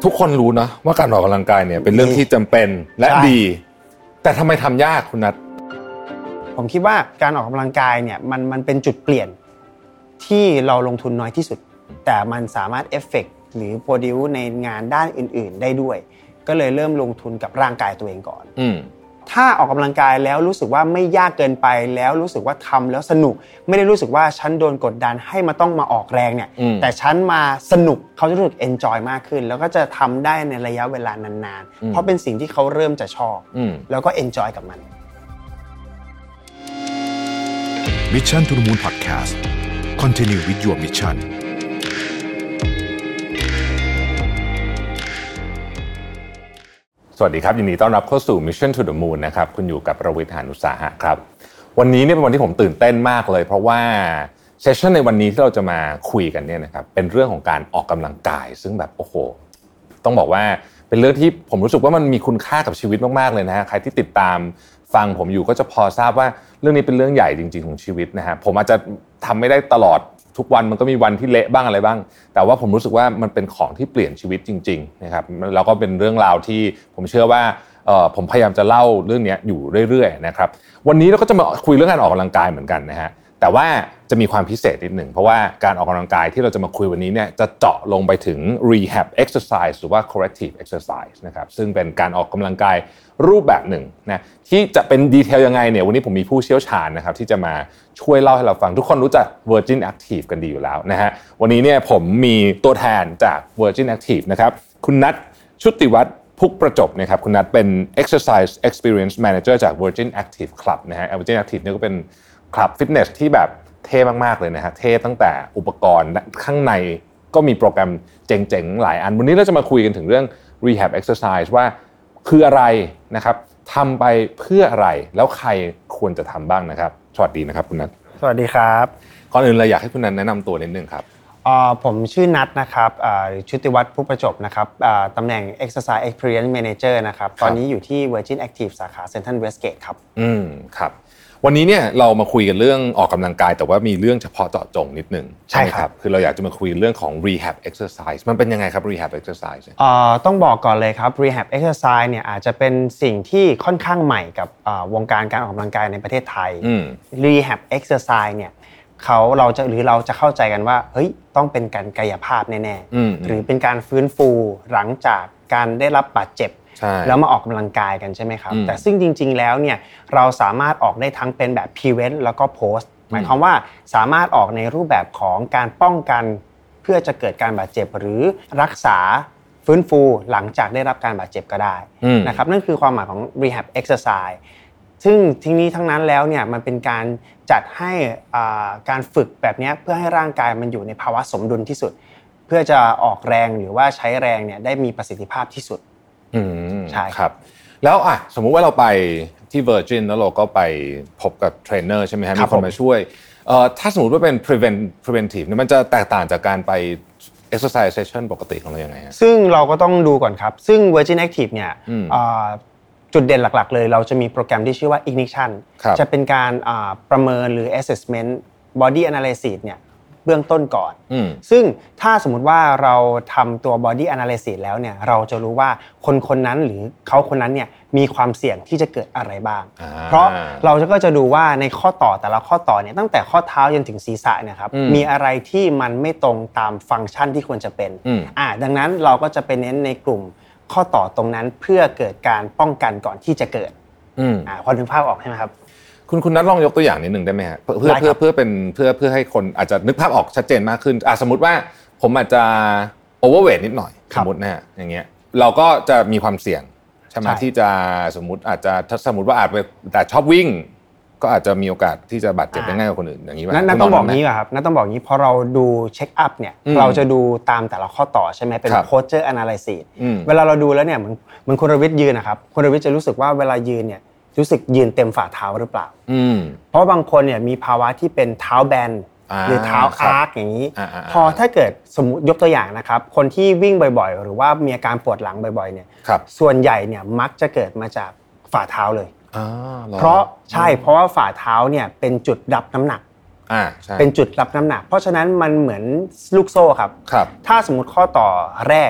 ทุกคนรู้นะว่าการออกกำลังกายเนี่ยเป็นเรื่องที่จำเป็นและดีแต่ทำไมทำยากคุณนัทผมคิดว่าการออกกำลังกายเนี่ยมันเป็นจุดเปลี่ยนที่เราลงทุนน้อยที่สุดแต่มันสามารถเอฟเฟกต์หรือโปรดิวซ์ในงานด้านอื่นๆได้ด้วยก็เลยเริ่มลงทุนกับร่างกายตัวเองก่อนถ้าออกกำลังกายแล้วรู้สึกว่าไม่ยากเกินไปแล้วรู้สึกว่าทำแล้วสนุกไม่ได้รู้สึกว่าฉันโดนกดดันให้มาต้องมาออกแรงเนี่ยแต่ฉันมาสนุกเขาจะรู้สึกเอนจอยมากขึ้นแล้วก็จะทำได้ในระยะเวลานานๆเพราะเป็นสิ่งที่เขาเริ่มจะชอบแล้วก็เอนจอยกับมัน Mission to the Moon Podcast Continue with your mission สวัสดีครับยินดีต้อนรับเข้าสู่ Mission to the Moon นะครับคุณอยู่กับประวิทย์ หาญอุตสาหะครับวันนี้เนี่ยเป็นวันที่ผมตื่นเต้นมากเลยเพราะว่าเซสชั่นในวันนี้ที่เราจะมาคุยกันเนี่ยนะครับเป็นเรื่องของการออกกำลังกายซึ่งแบบโอ้โหต้องบอกว่าเป็นเรื่องที่ผมรู้สึกว่ามันมีคุณค่ากับชีวิตมากๆเลยนะฮะใครที่ติดตามฟังผมอยู่ก็จะพอทราบว่าเรื่องนี้เป็นเรื่องใหญ่จริงๆของชีวิตนะฮะผมอาจจะทำไม่ได้ตลอดทุกวันมันก็มีวันที่เละบ้างอะไรบ้างแต่ว่าผมรู้สึกว่ามันเป็นของที่เปลี่ยนชีวิตจริงๆนะครับแล้วก็เป็นเรื่องราวที่ผมเชื่อว่าผมพยายามจะเล่าเรื่องนี้อยู่เรื่อยๆนะครับวันนี้เราก็จะมาคุยเรื่องการออกกำลังกายเหมือนกันนะฮะแต่ว่าจะมีความพิเศษนิดหนึ่งเพราะว่าการออกกำลังกายที่เราจะมาคุยวันนี้เนี่ยจะเจาะลงไปถึง rehab exercise หรือว่า corrective exercise นะครับซึ่งเป็นการออกกำลังกายรูปแบบหนึ่งนะที่จะเป็นดีเทลยังไงเนี่ยวันนี้ผมมีผู้เชี่ยวชาญนะครับที่จะมาช่วยเล่าให้เราฟังทุกคนรู้จัก Virgin Active กันดีอยู่แล้วนะฮะวันนี้เนี่ยผมมีตัวแทนจาก Virgin Active นะครับคุณนัทชุติวัฒน์พุกประจบนะครับคุณนัทเป็น Exercise Experience Manager จาก Virgin Active Club นะฮะ Virgin Active เนี่ยก็เป็นคลับฟิตเนสที่แบบเท่มากๆเลยนะฮะเท่ตั้งแต่อุปกรณ์ข้างในก็มีโปรแกรมเจ๋งๆหลายอันวันนี้เราจะมาคุยกันถึงเรื่อง Rehab Exercise ว่าคืออะไรนะครับทำไปเพื่ออะไรแล้วใครควรจะทำบ้างนะครับสวัสดีนะครับคุณนัทสวัสดีครับก่อนอื่นเลยอยากให้คุณนัทแนะนำตัวนิดนึงครับผมชื่อนัทนะครับชุติวัฒน์พุกประจบนะครับตำแหน่ง Exercise Experience Manager นะครับตอนนี้อยู่ที่ Virgin Active สาขา Central Westgate ครับครับวันนี้เนี่ยเรามาคุยกันเรื่องออกกำลังกายแต่ว่ามีเรื่องเฉพาะเจาะจงนิดนึงใช่ครับคือเราอยากจะมาคุยเรื่องของ rehab exercise มันเป็นยังไงครับ rehab exercise ต้องบอกก่อนเลยครับ rehab exercise เนี่ยอาจจะเป็นสิ่งที่ค่อนข้างใหม่กับวงการการออกกำลังกายในประเทศไทย rehab exercise เนี่ยเราจะเข้าใจกันว่าเฮ้ยต้องเป็นการกายภาพแน่ๆหรือเป็นการฟื้นฟูหลังจากการได้รับบาดเจ็บแล้วมาออกกำลังกายกันใช่ไหมครับแต่ซึ่งจริงๆแล้วเนี่ยเราสามารถออกได้ทั้งเป็นแบบ prevent แล้วก็ post หมายความว่าสามารถออกในรูปแบบของการป้องกันเพื่อจะเกิดการบาดเจ็บหรือรักษาฟื้นฟูหลังจากได้รับการบาดเจ็บก็ได้นะครับนั่นคือความหมายของ rehab exercise ซึ่งทั้งนี้ทั้งนั้นแล้วเนี่ยมันเป็นการจัดให้การฝึกแบบนี้เพื่อให้ร่างกายมันอยู่ในภาวะสมดุลที่สุดเพื่อจะออกแรงหรือว่าใช้แรงเนี่ยได้มีประสิทธิภาพที่สุดใช่ครับแล้วสมมุติว่าเราไปที่ Virgin แล้วเราก็ไปพบกับเทรนเนอร์ใช่ไหมครับมีคนมาช่วยถ้าสมมุติว่าเป็น preventive มันจะแตกต่างจากการไป exercise session ปกติของเราอย่างไรฮะซึ่งเราก็ต้องดูก่อนครับซึ่ง Virgin Active เนี่ยจุดเด่นหลักๆเลยเราจะมีโปรแกรมที่ชื่อว่า Ignition จะเป็นการประเมินหรือ assessment body analysis เนี่ยเบื้องต้นก่อนซึ่งถ้าสมมุติว่าเราทำตัว body analysis แล้วเนี่ยเราจะรู้ว่าคนนั้นหรือเขาคนนั้นเนี่ยมีความเสี่ยงที่จะเกิดอะไรบ้างเพราะเราก็จะดูว่าในข้อต่อแต่ละข้อต่อเนี่ยตั้งแต่ข้อเท้าจนถึงศีรษะเนี่ยครับมีอะไรที่มันไม่ตรงตามฟังก์ชันที่ควรจะเป็นดังนั้นเราก็จะไปเน้นในกลุ่มข้อต่อตรงนั้นเพื่อเกิดการป้องกันก่อนที่จะเกิดพอถึงภาพออกใช่ไหมครับคุณนัทลองยกตัวอย่างนิดนึงได้ไหมฮะเพื่อให้คนอาจจะนึกภาพออกชัดเจนมากขึ้นสมมุติว่าผมอาจจะโอเวอร์เวทนิดหน่อยสมมตินะฮะอย่างเงี้ยเราก็จะมีความเสี่ยงใช่ไหมที่จะสมมติอาจจะถ้าสมมติว่าอาจแต่ชอบวิ่งก็อาจจะมีโอกาสที่จะบาดเจ็บได้ง่ายกว่าคนอื่นอย่างนี้นั่นต้องบอกงี้ครับนั่นต้องบอกงี้พอเราดูเช็คอัพเนี่ยเราจะดูตามแต่ละข้อต่อใช่ไหมเป็น posture analysis เวลาเราดูแล้วเนี่ยเหมือนคุณรวิทย์ยืนนะครับคุณรวิทย์จะรู้สึกว่าเวลายืนเนี่ยรู้สึกยืนเต็มฝ่าเท้าหรือเปล่าเพราะบางคนเนี่ยมีภาวะที่เป็นเท้าแบนหรือเท้าอาร์คอย่างนี้พอถ้าเกิดสมมุติยกตัวอย่างนะครับคนที่วิ่งบ่อยๆหรือว่ามีอาการปวดหลังบ่อยๆเนี่ยส่วนใหญ่เนี่ยมักจะเกิดมาจากฝ่าเท้าเลยเพราะว่าฝ่าเท้าเนี่ยเป็นจุดรับน้ำหนักเป็นจุดรับน้ำหนักเพราะฉะนั้นมันเหมือนลูกโซ่ครับถ้าสมมุติข้อต่อแรก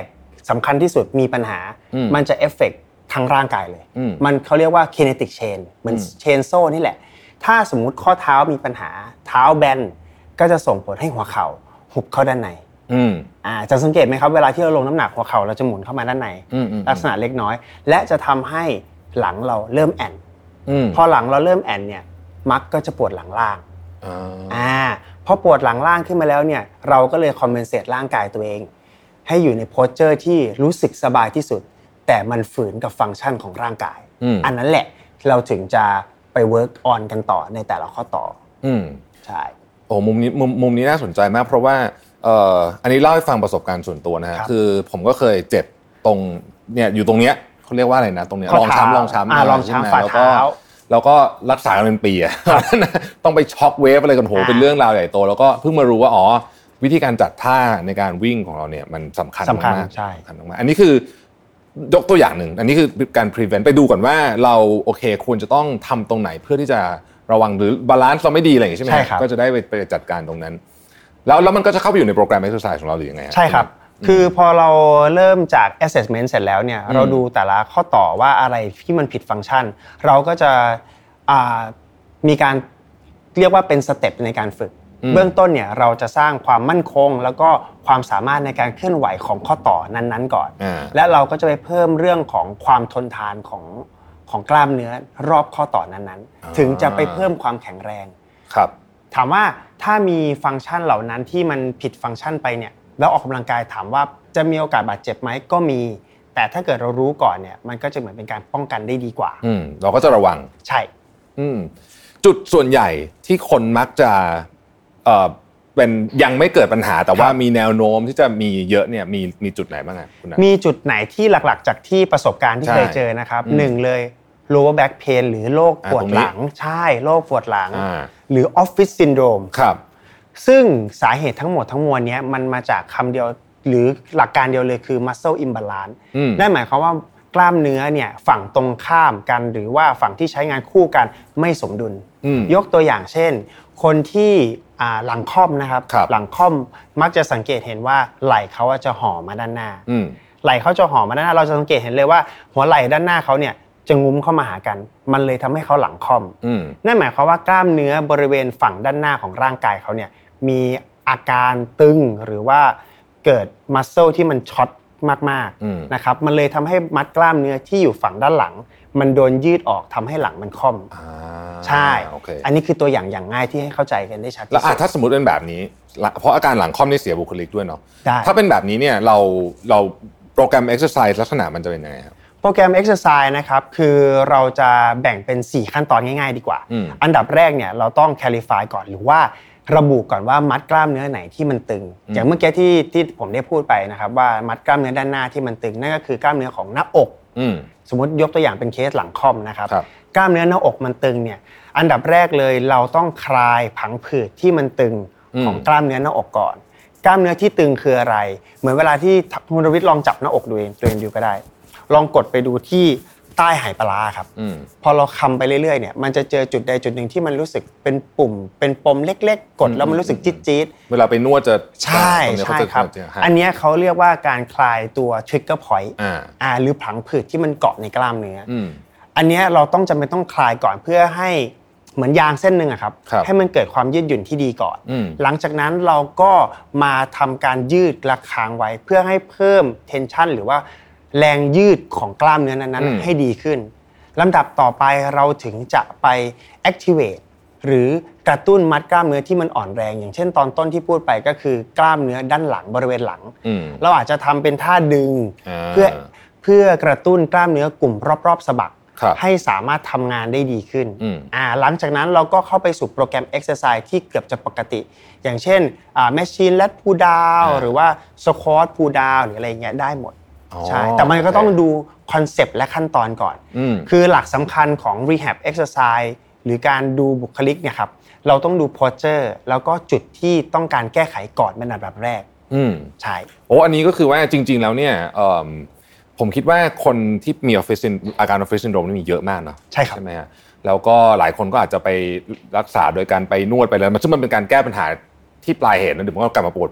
สำคัญที่สุดมีปัญหามันจะเอฟเฟกต์ทั้งร่างกายเลยมันเขาเรียกว่า kinetic chain เหมือนเชนโซ่นี่แหละถ้าสมมุติข้อเท้ามีปัญหาเท้าแบนก็จะส่งผลให้หัวเข่าหุบเข้าด้านในจะสังเกตไหมครับเวลาที่เราลงน้ำหนักหัวเข่าเราจะหมุนเข้ามาด้านในลักษณะเล็กน้อยและจะทำให้หลังเราเริ่มแอนพอหลังเราเริ่มแอนเนี่ยมักก็จะปวดหลังล่างพอปวดหลังล่างขึ้นมาแล้วเนี่ยเราก็เลยคอมเพนเซตร่างกายตัวเองให้อยู่ในโพสเจอร์ที่รู้สึกสบายที่สุดแต่มันฝืนกับฟังก์ชันของร่างกายอันนั้นแหละเราถึงจะไปเวิร์กออนกันต่อในแต่ละข้อต่อใช่โอ้มุมนี้น่าสนใจมากเพราะว่าอันนี้เล่าให้ฟังประสบการณ์ส่วนตัวนะฮะคือผมก็เคยเจ็บตรงเนี่ยอยู่ตรงเนี้ยเขาเรียกว่าอะไรนะตรงเนี้ยรองช้ำฝ่าเท้าแล้วก็รักษากันเป็นปีอ่ะต้องไปช็อคเวฟอะไรกันโหเป็นเรื่องราวใหญ่โตแล้วก็เพิ่งมารู้ว่าอ๋อวิธีการจัดท่าในการวิ่งของเราเนี่ยมันสำคัญมากใช่อันนี้คือยกตัวอย่างหนึ่งอันนี้คือการ prevent ไปดูก่อนว่าเราโอเคควรจะต้องทำตรงไหนเพื่อที่จะระวังหรือบาลานซ์เราไม่ดีอะไรอย่างงี้ใช่ไหมก็จะได้ไปจัดการตรงนั้นแล้วมันก็จะเข้าไปอยู่ในโปรแกรม exercise ของเราหรือยังไงใช่ครับคือพอเราเริ่มจาก assessment เสร็จแล้วเนี่ยเราดูแต่ละข้อต่อว่าอะไรที่มันผิดฟังก์ชันเราก็จะมีการเรียกว่าเป็นสเต็ปในการฝึกเบื้องต้นเนี่ยเราจะสร้างความมั่นคงแล้วก็ความสามารถในการเคลื่อนไหวของข้อต่อนั้นๆก่อนและเราก็จะไปเพิ่มเรื่องของความทนทานของกล้ามเนื้อรอบข้อต่อนั้นๆถึงจะไปเพิ่มความแข็งแรงครับถามว่าถ้ามีฟังก์ชันเหล่านั้นที่มันผิดฟังก์ชันไปเนี่ยแล้วออกกำลังกายถามว่าจะมีโอกาสบาดเจ็บไหมก็มีแต่ถ้าเกิดเรารู้ก่อนเนี่ยมันก็จะเหมือนเป็นการป้องกันได้ดีกว่าเราก็จะระวังใช่จุดส่วนใหญ่ที่คนมักจะเป็นยังไม่เกิดปัญหาแต่ว่ามีแนวโน้มที่จะมีเยอะเนี่ยมีจุดไหนบ้างคุณมีจุดไหนที่หลักๆจากที่ประสบการณ์ที่เคยเจอนะครับ1เลย lower back pain หรือโรคปวดหลังใช่โรคปวดหลังหรือ office syndrome ครับซึ่งสาเหตุทั้งหมดทั้งมวลนี้มันมาจากคำเดียวหรือหลักการเดียวเลยคือ muscle imbalance นั่นหมายความว่ากล้ามเนื้อเนี่ยฝั่งตรงข้ามกันหรือว่าฝั่งที่ใช้งานคู่กันไม่สมดุลยกตัวอย่างเช่นคนที่หลังค่อมนะครับหลังค่อมมักจะสังเกตเห็นว่าไหล่เขาจะห่อมาด้านหน้าไหล่เขาจะห่อมาด้านหน้าเราจะสังเกตเห็นเลยว่าหัวไหล่ด้านหน้าเขาเนี่ยจะงุ้มเข้ามาหากันมันเลยทำให้เขาหลังค่อมนั่นหมายความว่ากล้ามเนื้อบริเวณฝั่งด้านหน้าของร่างกายเขาเนี่ยมีอาการตึงหรือว่าเกิดมัสเซิลที่มันช็อตมากๆนะครับมันเลยทำให้มัดกล้ามเนื้อที่อยู่ฝั่งด้านหลังมันโดนยืดออกทำให้หลังมันค่อมใช่อันนี้คือตัวอย่างง่ายที่ให้เข้าใจกันได้ชัดที่สุดแล้วถ้าสมมติเป็นแบบนี้เพราะอาการหลังค่อมนี่เสียบุคลิกด้วยเนาะถ้าเป็นแบบนี้เนี่ยเราโปรแกรม exercise ลักษณะมันจะเป็นยังไงครับโปรแกรม exercise นะครับคือเราจะแบ่งเป็น4ขั้นตอนง่ายๆดีกว่าอันดับแรกเนี่ยเราต้อง clarify ก่อนหรือว่าระบุก่อนว่ามัดกล้ามเนื้อไหนที่มันตึงอย่างเมื่อกี้ที่ผมได้พูดไปนะครับว่ามัดกล้ามเนื้อด้านหน้าที่มันตึงนั่นก็คือกล้ามเนื้อของหน้าอกสมมติยกตัวอย่างเป็นเคสหลังค่อมนะครับกล้ามเนื้อหน้าอกมันตึงเนี่ยอันดับแรกเลยเราต้องคลายผังผืดที่มันตึงของกล้ามเนื้อหน้าอกก่อนกล้ามเนื้อที่ตึงคืออะไรเหมือนเวลาที่คุณรวิทย์ลองจับหน้าอกดูเองดูก็ได้ลองกดไปดูที่ใต้ไหปลาร้าครับพอเราคำไปเรื่อยๆเนี่ยมันจะเจอจุดใดจุดหนึ่งที่มันรู้สึกเป็นปุ่มเป็นปมเล็กๆกดแล้วมันรู้สึกจี๊ดๆเวลาไปนวดจะใช่ครับอันนี้เขาเรียกว่าการคลายตัว trigger point หรือผังผืดที่มันเกาะในกล้ามเนื้ออันนี้เราต้องจำเป็นต้องคลายก่อนเพื่อให้เหมือนยางเส้นนึงอะครับให้มันเกิดความยืดหยุ่นที่ดีก่อนหลังจากนั้นเราก็มาทำการยืดและค้างไว้เพื่อให้เพิ่ม tension หรือว่าแรงยืดของกล้ามเนื้อนั้นๆให้ดีขึ้นลำดับต่อไปเราถึงจะไป activate หรือกระตุ้นมัดกล้ามเนื้อที่มันอ่อนแรงอย่างเช่นตอนต้นที่พูดไปก็คือกล้ามเนื้อด้านหลังบริเวณหลังเราอาจจะทำเป็นท่าดึงเพื่อกระตุ้นกล้ามเนื้อกลุ่มรอบๆสะบักให้สามารถทำงานได้ดีขึ้นหลังจากนั้นเราก็เข้าไปสู่โปรแกรม exercise ที่เกือบจะปกติอย่างเช่นmachine lat pull down หรือว่า squat pull down หรืออะไรเงี้ยได้หมดใช่แต่มันก็ต้องดูคอนเซปต์และขั้นตอนก่อนคือหลักสำคัญของ rehab exercise หรือการดูบุคลิกเนี่ยครับเราต้องดู posture แล้วก็จุดที่ต้องการแก้ไขก่อนเป็นอันดับแรกใช่อันนี้ก็คือว่าจริงๆแล้วเนี่ยผมคิดว่าคนที่มีอาการ office syndrome นี่มีเยอะมากเนาะใช่ครับใช่ไหมฮะแล้วก็หลายคนก็อาจจะไปรักษาโดยการไปนวดไปแล้วซึ่งมันเป็นการแก้ปัญหาที่ปลายเหตุนะเดี๋ยวมันก็กลับมาปวดใหม่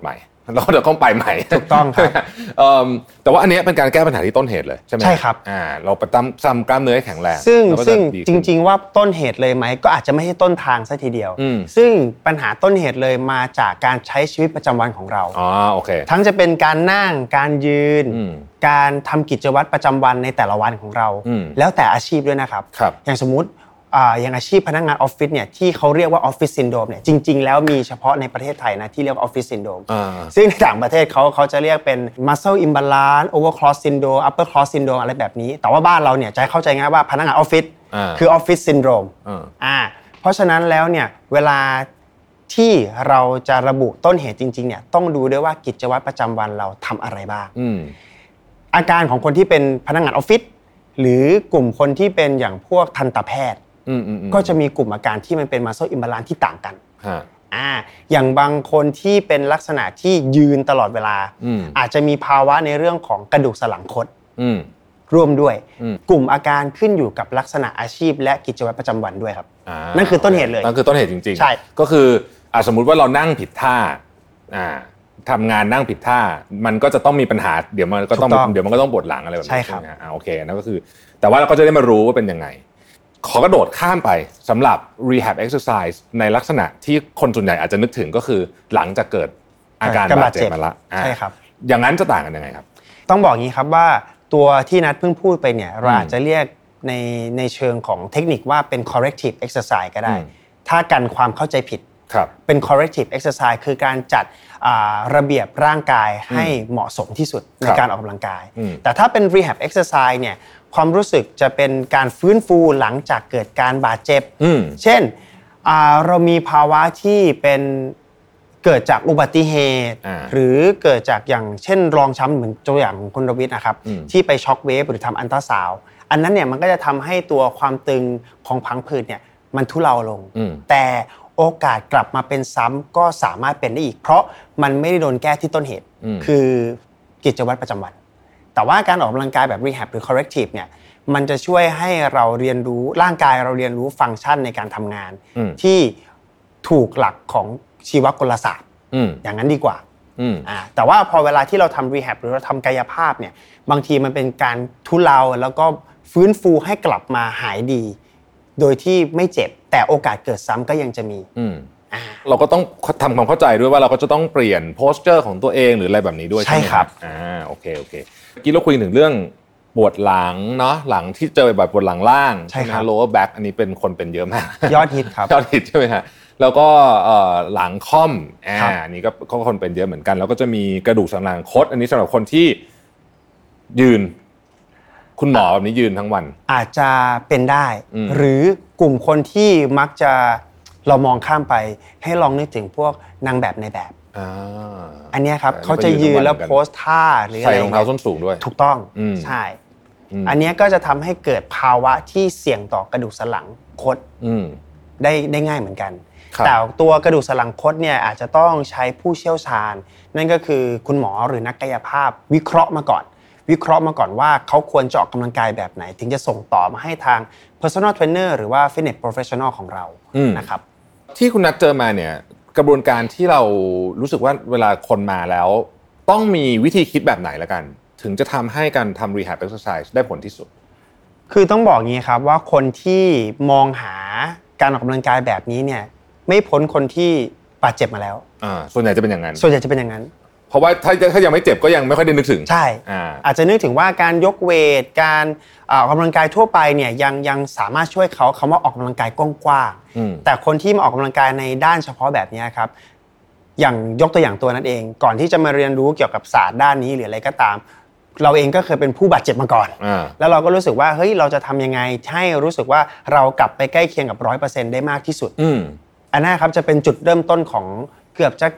เราก็ต้องไปใหม่ถูกต้องครับแต่ว่าอันนี้เป็นการแก้ปัญหาที่ต้นเหตุเลยใช่ไหมใช่ครับเราไปทำกล้ามเนื้อให้แข็งแรงซึ่งจริงๆว่าต้นเหตุเลยไหมก็อาจจะไม่ใช่ต้นทางซะทีเดียวซึ่งปัญหาต้นเหตุเลยมาจากการใช้ชีวิตประจำวันของเราโอเคทั้งจะเป็นการนั่งการยืนการทำกิจวัตรประจำวันในแต่ละวันของเราแล้วแต่อาชีพด้วยนะครับอย่างสมมุติอย่างอาชีพพนักงานออฟฟิศเนี่ยที่เขาเรียกว่าออฟฟิศซินโดรมเนี่ยจริงๆแล้วมีเฉพาะในประเทศไทยนะที่เรียกว่าออฟฟิศซินโดรมซึ่งในต่างประเทศเขาจะเรียกเป็น muscle imbalance overclock syndrome upper clock syndrome อะไรแบบนี้แต่ว่าบ้านเราเนี่ยจะเข้าใจง่ายว่าพนักงานออฟฟิศคือออฟฟิศซินโดรมเพราะฉะนั้นแล้วเนี่ยเวลาที่เราจะระบุต้นเหตุจริงๆเนี่ยต้องดูด้วยว่ากิจวัตรประจำวันเราทำอะไรบ้างอาการของคนที่เป็นพนักงานออฟฟิศหรือกลุ่มคนที่เป็นอย่างพวกทันตแพทย์ก็จะมีกลุ่มอาการที่มันเป็น muscle imbalance ที่ต่างกันอย่างบางคนที่เป็นลักษณะที่ยืนตลอดเวลาอาจจะมีภาวะในเรื่องของกระดูกสันหลังคดร่วมด้วยกลุ่มอาการขึ้นอยู่กับลักษณะอาชีพและกิจวัตรประจำวันด้วยครับนั่นคือต้นเหตุเลยนั่นคือต้นเหตุจริงๆใช่ก็คือสมมุติว่าเรานั่งผิดท่าทำงานนั่งผิดท่ามันก็จะต้องมีปัญหาเดี๋ยวมันก็ต้องปวดหลังอะไรแบบนี้ใช่ครับโอเคนั่นก็คือแต่ว่าเราก็จะได้มารู้ว่าเป็นยังไงขอกระโดดข้ามไปสำหรับ rehab exercise ในลักษณะที่คนส่วนใหญ่อาจจะนึกถึงก็คือหลังจากเกิดอาการบาดเจ็บมาละใช่ครับอย่างนั้นจะต่างกันยังไงครับต้องบอกงี้ครับว่าตัวที่นัทเพิ่งพูดไปเนี่ยเราอาจจะเรียกในเชิงของเทคนิคว่าเป็น corrective exercise ก็ได้ถ้ากันความเข้าใจผิดเป็น corrective exercise คือการจัดระเบียบร่างกายให้เหมาะสมที่สุดในการออกกำลังกายแต่ถ้าเป็น rehab exercise เนี่ยความรู้สึกจะเป็นการฟื้นฟูหลังจากเกิดการบาดเจ็บเช่นเรามีภาวะที่เป็นเกิดจากอุบัติเหตุหรือเกิดจากอย่างเช่นรองช้ำเหมือนตัวอย่างของคุณรวิทย์นะครับที่ไปช็อคเวฟหรือทำอัลตราซาวด์อันนั้นเนี่ยมันก็จะทำให้ตัวความตึงของพังผืดเนี่ยมันทุเลาลงแต่โอกาสกลับมาเป็นซ้ำก็สามารถเป็นได้อีกเพราะมันไม่ได้โดนแก้ที่ต้นเหตุคือกิจวัตรประจำวันแต่ว่าการออกกำลังกายแบบ rehab หรือ corrective เนี่ยมันจะช่วยให้เราเรียนรู้ร่างกายเราเรียนรู้ฟังก์ชันในการทำงานที่ถูกหลักของชีวกลศาสตร์อย่างนั้นดีกว่าแต่ว่าพอเวลาที่เราทำ rehab หรือเราทำกายภาพเนี่ยบางทีมันเป็นการทุเลาแล้วก็ฟื้นฟูให้กลับมาหายดีโดยที่ไม่เจ็บแต่โอกาสเกิดซ้ำก็ยังจะมีเราก็ต้องทำความเข้าใจด้วยว่าเราก็จะต้องเปลี่ยนโพสเจอร์ของตัวเองหรืออะไรแบบนี้ด้วยใช่ครับโอเคเมื่อกี้เราคุยถึงเรื่องปวดหลังเนาะหลังที่เจอแบบปวดหลังล่างใช่ครับ lower back อันนี้เป็นคนเป็นเยอะมากยอดฮิตครับยอดฮิตใช่ไหมฮะแล้วก็หลังค่อมอันนี้ก็คนเป็นเยอะเหมือนกันแล้วก็จะมีกระดูกสันหลังคดอันนี้สำหรับคนที่ยืนคุณหมอแบบนี้ยืนทั้งวันอาจจะเป็นได้หรือกลุ่มคนที่มักจะเรามองข้ามไปให้ลองนึกถึงพวกนางแบบในแบบอันนี้ครับเขาจะยืนแล้วโพสท่าหรืออะไรใส่รองเท้าส้นสูงด้วยถูกต้องใช่อันนี้ก็จะทำให้เกิดภาวะที่เสี่ยงต่อกระดูกสันหลังคดได้ง่ายเหมือนกันแต่ตัวกระดูกสันหลังคดเนี่ยอาจจะต้องใช้ผู้เชี่ยวชาญนั่นก็คือคุณหมอหรือนักกายภาพวิเคราะห์มาก่อนว่าเขาควรจะออกกำลังกายแบบไหนถึงจะส่งต่อมาให้ทาง personal trainer หรือว่า fitness professional ของเรานะครับที่คุณนัทเจอมาเนี่ยกระบวนการที่เรารู้สึกว่าเวลาคนมาแล้วต้องมีวิธีคิดแบบไหนละกันถึงจะทำให้การทำ rehab exercise ได้ผลที่สุดคือต้องบอกงี้ครับว่าคนที่มองหาการออกกำลังกายแบบนี้เนี่ยไม่พ้นคนที่บาดเจ็บมาแล้วส่วนใหญ่จะเป็นอย่างนั้นเพราะว่าถ้ายังไม่เจ็บก็ยังไม่ค่อยได้นึกถึงใช่อาจจะนึกถึงว่าการยกเวทการออกกำลังกายทั่วไปเนี่ยยังสามารถช่วยเขาว่าออกกำลังกายกว้างๆแต่คนที่มาออกกำลังกายในด้านเฉพาะแบบนี้ครับอย่างยกตัวอย่างตัวนั้นเองก่อนที่จะมาเรียนรู้เกี่ยวกับศาสตร์ด้านนี้หรืออะไรก็ตามเราเองก็เคยเป็นผู้บาดเจ็บมาก่อนแล้วเราก็รู้สึกว่าเฮ้ยเราจะทำยังไงให้รู้สึกว่าเรากลับไปใกล้เคียงกับ 100% ได้มากที่สุดอันนั้นครับจะเป็นจุดเริ่มต้นของเกือบจะ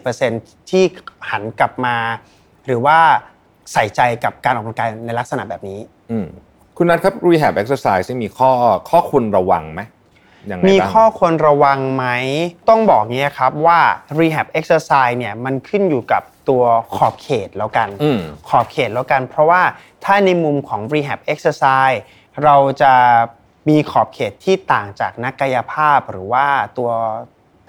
80% ที่หันกลับมาหรือว่าใส่ใจกับการออกกำลังกายในลักษณะแบบนี้คุณนัทครับ rehab exercise มีข้อควรระวังไหมมีข้อควรระวังไหมต้องบอกงี้ครับว่า rehab exercise เนี่ยมันขึ้นอยู่กับตัวขอบเขตแล้วกันขอบเขตแล้วกันเพราะว่าถ้าในมุมของ rehab exercise เราจะมีขอบเขตที่ต่างจากนักกายภาพหรือว่าตัวแพ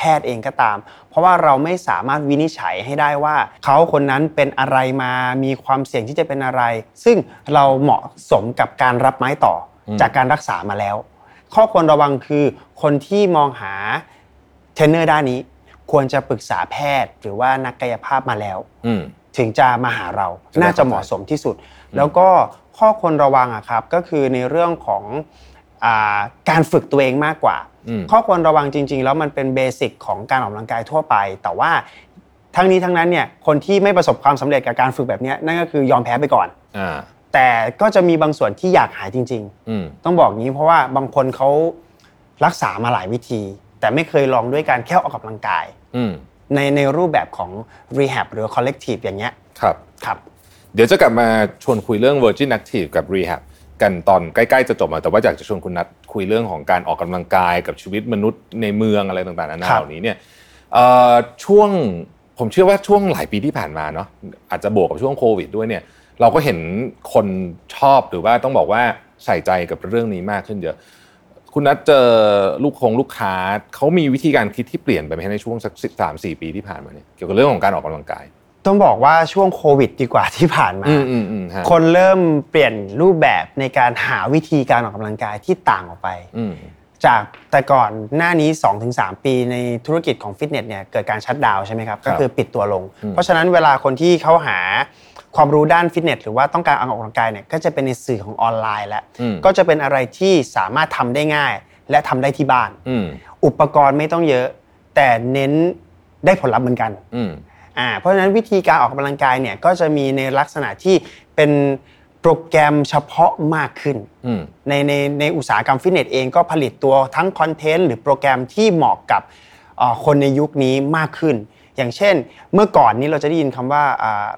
แพทย์เองก็ตามเพราะว่าเราไม่สามารถวินิจฉัยให้ได้ว่าเขาคนนั้นเป็นอะไรมามีความเสี่ยงที่จะเป็นอะไรซึ่งเราเหมาะสมกับการรับไม้ต่อจากการรักษามาแล้วข้อควรระวังคือคนที่มองหาเทรนเนอร์ด้านนี้ควรจะปรึกษาแพทย์หรือว่านักกายภาพมาแล้วถึงจะมาหาเราน่าจะเหมาะสมที่สุดแล้วก็ข้อควรระวังอะครับก็คือในเรื่องของการฝึกตัวเองมากกว่าข้อควรระวังจริงๆแล้วมันเป็นเบสิกของการออกกำลังกายทั่วไปแต่ว่าทั้งนี้ทั้งนั้นเนี่ยคนที่ไม่ประสบความสำเร็จกับการฝึกแบบนี้นั่นก็คือยอมแพ้ไปก่อนแต่ก็จะมีบางส่วนที่อยากหายจริงๆต้องบอกงี้เพราะว่าบางคนเขารักษามาหลายวิธีแต่ไม่เคยลองด้วยการแค่ออกกำลังกายในรูปแบบของ rehab หรือ collective อย่างเงี้ยครับเดี๋ยวจะกลับมาชวนคุยเรื่อง Virgin Active กับ rehab กันตอนใกล้ๆจะจบแต่ว่าอยากจะชวนคุณนัทคุยเรื่องของการออกกำลังกายกับชีวิตมนุษย์ในเมืองอะไรต่างๆนานาเหล่านี้เนี่ยช่วงผมเชื่อว่าช่วงหลายปีที่ผ่านมาเนาะอาจจะบวกกับช่วงโควิดด้วยเนี่ยเราก็เห็นคนชอบหรือว่าต้องบอกว่าใส่ใจกับเรื่องนี้มากขึ้นเยอะคุณนัทเจอลูกค้าเขามีวิธีการคิดที่เปลี่ยนไปไหมในช่วงสัก 3-4 ปีที่ผ่านมาเนี่ยเกี่ยวกับเรื่องของการออกกำลังกายต้องบอกว่าช่วงโควิดดีกว่าที่ผ่านมาคนเริ่มเปลี่ยนรูปแบบในการหาวิธีการออกกำลังกายที่ต่างออกไปจากแต่ก่อนหน้านี้ 2-3 ปีในธุรกิจของฟิตเนสเนี่ยเกิดการชัตดาวน์ใช่ไหมครับก็คือปิดตัวลงเพราะฉะนั้นเวลาคนที่เขาหาความรู้ด้านฟิตเนสหรือว่าต้องการออกกำลังกายเนี่ยก็จะเป็นในสื่อของออนไลน์แล้วก็จะเป็นอะไรที่สามารถทำได้ง่ายและทำได้ที่บ้านอุปกรณ์ไม่ต้องเยอะแต่เน้นได้ผลลัพธ์เหมือนกันเพราะฉะนั้นวิธีการออกกำลังกายเนี่ยก็จะมีในลักษณะที่เป็นโปรแกรมเฉพาะมากขึ้นในอุตสาหกรรมฟิตเนสเองก็ผลิตตัวทั้งคอนเทนต์หรือโปรแกรมที่เหมาะกับคนในยุคนี้มากขึ้นอย่างเช่นเมื่อก่อนนี้เราจะได้ยินคำว่า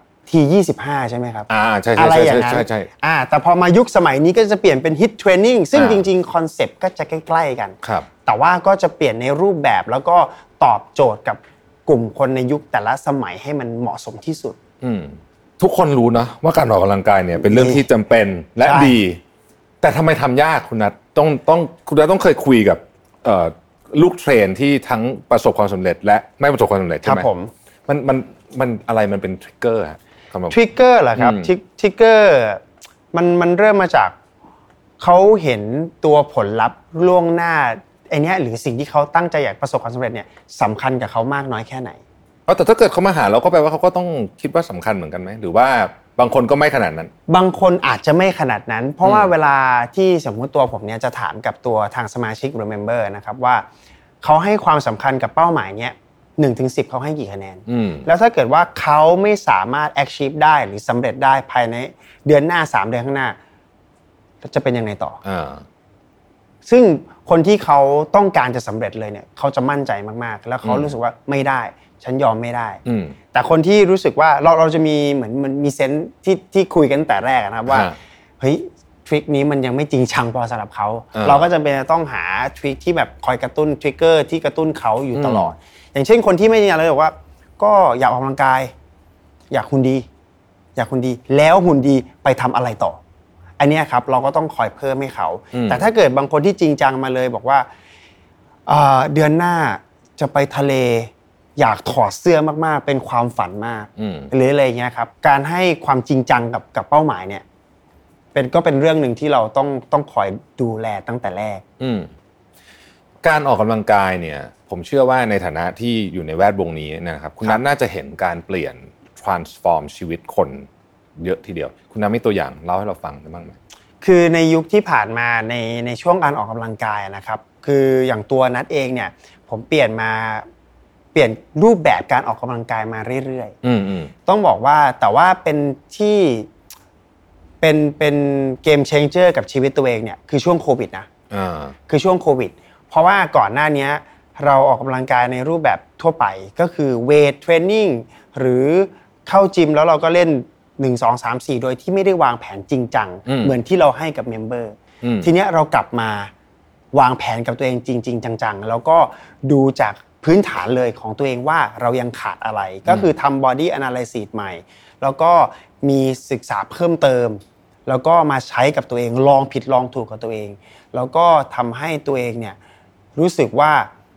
T25 ใช่ไหมครับใช่อะไรอย่างนั้นแต่พอมายุคสมัยนี้ก็จะเปลี่ยนเป็น HIIT Training ซึ่งจริงๆคอนเซปต์ก็จะใกล้ๆกันแต่ว่าก็จะเปลี่ยนในรูปแบบแล้วก็ตอบโจทย์กับกลุ่มคนในยุคแต่ละสมัยให้มันเหมาะสมที่สุดทุกคนรู้นะว่าการออกกำลังกายเนี่ยเป็นเรื่องที่จำเป็นและดีแต่ทำไมทำยากคุณนัทคุณนัทต้องเคยคุยกับลูกเทรนที่ทั้งประสบความสำเร็จและไม่ประสบความสำเร็จใช่ไหมมันอะไรมันเป็นทริกเกอร์ทริกเกอร์เหรอครับทริกเกอร์มันเริ่มมาจากเขาเห็นตัวผลลัพธ์ล่วงหน้าไอ้นี้หรือสิ่งที่เขาตั้งใจอยากประสบความสำเร็จเนี่ยสำคัญกับเขามากน้อยแค่ไหนแต่ถ้าเกิดเขามาหาเราก็แปลว่าเขาก็ต้องคิดว่าสำคัญเหมือนกันไหมหรือว่าบางคนก็ไม่ขนาดนั้นบางคนอาจจะไม่ขนาดนั้นเพราะว่าเวลาที่สมมติตัวผมเนี่ยจะถามกับตัวทางสมาชิกหรือเมมเบอร์นะครับว่าเขาให้ความสำคัญกับเป้าหมายเนี้ย1-10เขาให้กี่คะแนนแล้วถ้าเกิดว่าเขาไม่สามารถ achieve ได้หรือสำเร็จได้ภายในเดือนหน้า3เดือนข้างหน้าจะเป็นยังไงต่อซึ่งคนที่เขาต้องการจะสำเร็จเลยเนี่ยเขาจะมั่นใจมากๆแล้วเขารู้สึกว่าไม่ได้ฉันยอมไม่ได้แต่คนที่รู้สึกว่าเราจะมีเหมือนมันมีเซนส์ที่คุยกันแต่แรกนะครับว่าเฮ้ยทริคนี้มันยังไม่จริงจังพอสำหรับเขาเราก็จำเป็นจะต้องหาทริคที่แบบคอยกระตุ้นทริกเกอร์ที่กระตุ้นเขาอยู่ตลอดอย่างเช่นคนที่ไม่จริงจังเลยบอกว่าก็อยากออกกำลังกายอยากหุ่นดีแล้วหุ่นดีไปทำอะไรต่ออันนี้ครับเราก็ต้องคอยเพิ่มให้เขาแต่ถ้าเกิดบางคนที่จริงจังมาเลยบอกว่าเดือนหน้าจะไปทะเลอยากถอดเสื้อมากๆเป็นความฝันมากหรืออะไรเงี้ยครับการให้ความจริงจังกับเป้าหมายเนี่ยก็เป็นเรื่องนึงที่เราต้องคอยดูแลตั้งแต่แรกการออกกำลังกายเนี่ยผมเชื่อว่าในฐานะที่อยู่ในแวดวงนี้นะครับคุณนัทน่าจะเห็นการเปลี่ยน transform ชีวิตคนเยอะทีเดียวคุณนัทมีตัวอย่างเล่าให้เราฟังได้บ้างไหมคือในยุคที่ผ่านมาในช่วงการออกกำลังกายนะครับคืออย่างตัวนัทเองเนี่ยผมเปลี่ยนรูปแบบการออกกำลังกายมาเรื่อยๆต้องบอกว่าแต่ว่าเป็นที่เป็นเกมเชนเจอร์กับชีวิตตัวเองเนี่ยคือช่วงโควิดนะคือช่วงโควิดเพราะว่าก่อนหน้านี้เราออกกำลังกายในรูปแบบทั่วไปก็คือเวทเทรนนิ่งหรือเข้าจิมแล้วเราก็เล่น1 2 3 4โดยที่ไม่ได้วางแผนจริงจังเหมือนที่เราให้กับเมมเบอร์ทีเนี้ยเรากลับมาวางแผนกับตัวเองจริงๆจังๆแล้วก็ดูจากพื้นฐานเลยของตัวเองว่าเรายังขาดอะไรก็คือทำ body analysis ใหม่แล้วก็มีศึกษาเพิ่มเติมแล้วก็มาใช้กับตัวเองลองผิดลองถูกกับตัวเองแล้วก็ทำให้ตัวเองเนี่ยรู้สึกว่า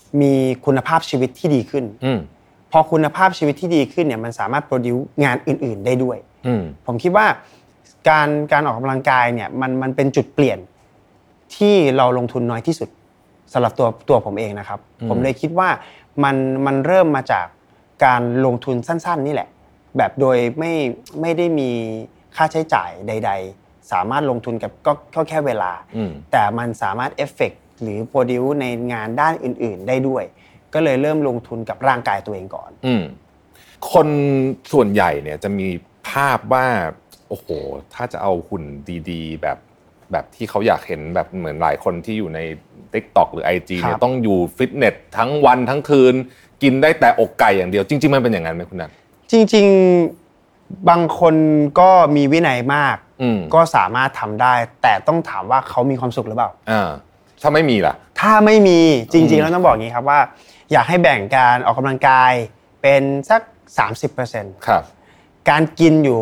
มีคุณภาพชีวิตที่ดีขึ้นพอคุณภาพชีวิตที่ดีขึ้นเนี่ยมันสามารถ produce งานอื่นๆได้ด้วยผมคิดว่าการออกกำลังกายเนี่ยมันเป็นจุดเปลี่ยนที่เราลงทุนน้อยที่สุดสำหรับตัวผมเองนะครับผมเลยคิดว่ามันเริ่มมาจากการลงทุนสั้นๆนี่แหละแบบโดยไม่ได้มีค่าใช้จ่ายใดๆสามารถลงทุนกับก็แค่เวลาแต่มันสามารถเอฟเฟกต์หรือโปรดิวในงานด้านอื่นๆได้ด้วยก็เลยเริ่มลงทุนกับร่างกายตัวเองก่อนคนส่วนใหญ่เนี่ยจะมีภาพว่าโอ้โหถ้าจะเอาหุ่นดีๆแบบที่เขาอยากเห็นแบบเหมือนหลายคนที่อยู่ใน TikTok หรือ IG เนี่ยต้องอยู่ฟิตเนสทั้งวันทั้งคืนกินได้แต่อกไก่อย่างเดียวจริงๆมันเป็นอย่างนั้นไหมคุณนัทจริงๆบางคนก็มีวินัยมากก็สามารถทำได้แต่ต้องถามว่าเขามีความสุขหรือเปล่าถ้าไม่มีล่ะถ้าไม่มีจริงๆแล้วต้องบอกอย่างนี้ครับว่าอยากให้แบ่งการออกกำลังกายเป็นสัก 30% ครับการกินอยู่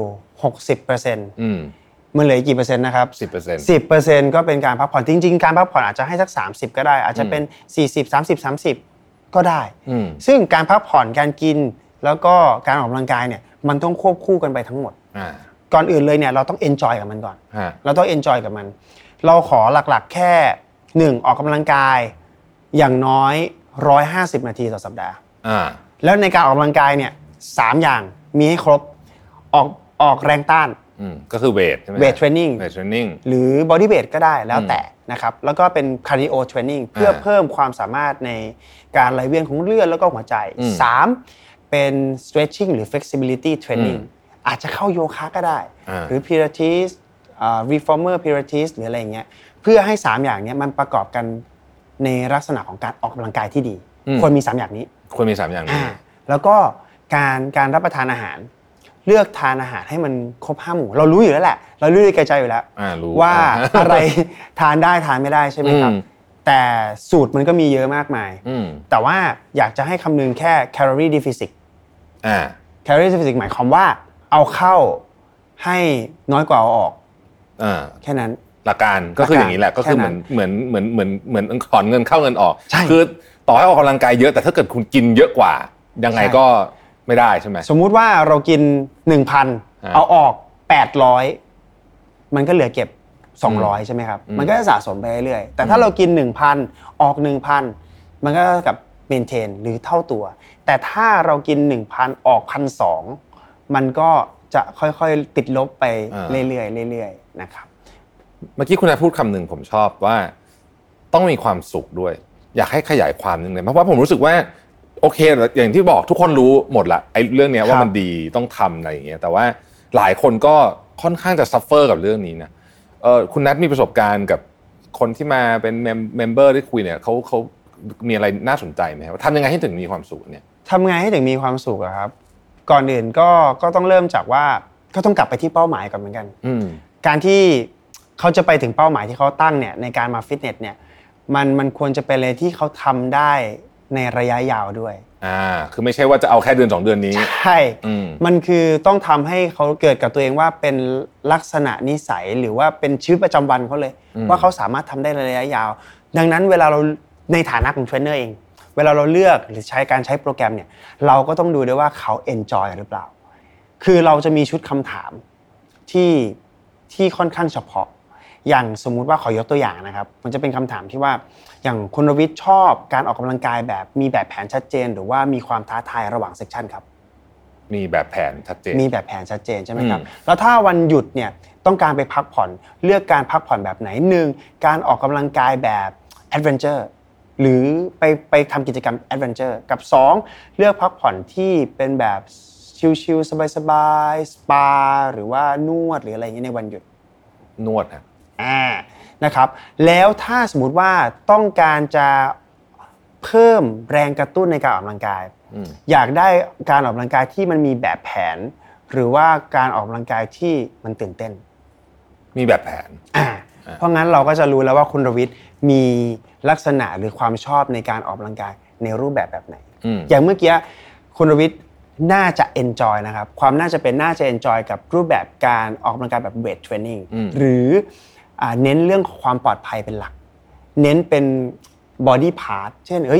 60%มันเหลือกี่เปอร์เซ็นต์นะครับ 10% ก็เป็นการพักผ่อนจริงๆการพักผ่อนอาจจะให้สัก30ก็ได้อาจจะเป็น40 30 30ก็ได้ซึ่งการพักผ่อนการกินแล้วก็การออกกำลังกายเนี่ยมันต้องควบคู่กันไปทั้งหมดก่อนอื่นเลยเนี่ยเราต้องเอนจอยกับมันก่อนเราต้องเอนจอยกับมันเราขอหลักๆแค่1ออกกำลังกายอย่างน้อย150นาทีต่อสัปดาห์แล้วในการออกกำลังกายเนี่ย3อย่างมีให้ครบออกแรงต้านก็คือเวทใช่มั้ยเวทเทรนนิ่งหรือบอดี้เวทก็ได้แล้วแต่นะครับแล้วก็เป็นคาร์ดิโอเทรนนิ่งเพื่อเพิ่มความสามารถในการไหลเวียนของเลือดแล้วก็หัวใจ3เป็น stretching หรือ flexibility training อาจจะเข้าโยคะก็ได้หรือ pilates reformer pilates หรืออะไรอย่างเงี้ยเพื่อให้3อย่างเนี้ยมันประกอบกันในลักษณะของการออกกำลังกายที่ดีควรมี3อย่างนี้แล้วก็การรับประทานอาหารเลือกทานอาหารให้มันครบ5หมู่เรารู้อยู่แล้วแหละเรารู้ในใจอยู่แล้วว่าอะไรทานได้ทานไม่ได้ใช่ไหมครับแต่สูตรมันก็มีเยอะมากมายแต่ว่าอยากจะให้คำนึงแค่ calorie deficit calorie deficit หมายความว่าเอาเข้าให้น้อยกว่าเอาออกแค่นั้นหลักการก็คืออย่างนี้แหละก็คือเหมือนถอนเงินเข้าเงินออกคือต่อให้ออกกำลังกายเยอะแต่ถ้าเกิดคุณกินเยอะกว่ายังไงก็ไม่ได้ใช่ไหมสมมุติว่าเรากิน 1,000 เอาออก800มันก็เหลือเก็บ200ใช่ไหมครับมันก็จะสะสมไปเรื่อยๆแต่ถ้าเรากิน 1,000 ออก 1,000 มันก็กับเมนเทนหรือเท่าตัวแต่ถ้าเรากิน 1,000 ออก 1,200 มันก็จะค่อยๆติดลบไปเรื่อยๆนะครับเมื่อกี้คุณนายพูดคำหนึ่งผมชอบว่าต้องมีความสุขด้วยอยากให้ขยายความนึงเลยเพราะว่าผมรู้สึกว่าโอเคอย่างที่บอกทุกคนรู้หมดละไอ้เรื่องนี้ว่ามันดีต้องทำอะไรอย่างเงี้ยแต่ว่าหลายคนก็ค่อนข้างจะซัฟเฟอร์กับเรื่องนี้นะคุณนัทมีประสบการณ์กับคนที่มาเป็นเมมเบอร์ที่คุยเนี่ยเขามีอะไรน่าสนใจไหมว่าทำยังไงให้ถึงมีความสุขเนี่ยทำไงให้ถึงมีความสุขครับก่อนอื่นก็ต้องเริ่มจากว่าก็ต้องกลับไปที่เป้าหมายก่อนเหมือนกันการที่เขาจะไปถึงเป้าหมายที่เขาตั้งเนี่ยในการมาฟิตเนสเนี่ยมันควรจะเป็นอะไรที่เขาทำได้ในระยะยาวด้วยคือไม่ใช่ว่าจะเอาแค่เดือน2เดือนนี้ใช่มันคือต้องทำให้เขาเกิดกับตัวเองว่าเป็นลักษณะนิสัยหรือว่าเป็นชีวิตประจำวันเขาเลยว่าเขาสามารถทำได้ในระยะยาวดังนั้นเวลาเราในฐานะของเทรนเนอร์เองเวลาเราเลือกหรือใช้โปรแกรมเนี่ยเราก็ต้องดูด้วยว่าเขาเอนจอยหรือเปล่าคือเราจะมีชุดคำถามที่ค่อนข้างเฉพาะอย่างสมมุติว่าขอยกตัวอย่างนะครับมันจะเป็นคำถามที่ว่าอย่างคุณรวิทย์ชอบการออกกำลังกายแบบมีแบบแผนชัดเจนหรือว่ามีความท้าทายระหว่างเซสชั่นครับมีแบบแผนชัดเจนมีแบบแผนชัดเจนใช่ไหมครับแล้วถ้าวันหยุดเนี่ยต้องการไปพักผ่อนเลือกการพักผ่อนแบบไหน1การออกกำลังกายแบบแอดเวนเจอร์หรือไปทำกิจกรรมแอดเวนเจอร์กับ2เลือกพักผ่อนที่เป็นแบบชิลๆสบายๆสปาหรือว่านวดหรืออะไรอย่างเงี้ยในวันหยุดนวดนะครับแล้วถ้าสมมุติว่าต้องการจะเพิ่มแรงกระตุ้นในการออกกำลังกายอยากได้การออกกำลังกายที่มันมีแบบแผนหรือว่าการออกกำลังกายที่มันตื่นเต้นมีแบบแผนเพราะงั้นเราก็จะรู้แล้วว่าคุณรวิทย์มีลักษณะหรือความชอบในการออกกำลังกายในรูปแบบไหนอย่างเมื่อกี้คุณรวิทย์น่าจะ enjoy นะครับความน่าจะ enjoy กับรูปแบบการออกกำลังกายแบบเวทเทรนนิ่งหรือเน้นเรื่องความปลอดภัยเป็นหลักเน้นเป็น body part เช่น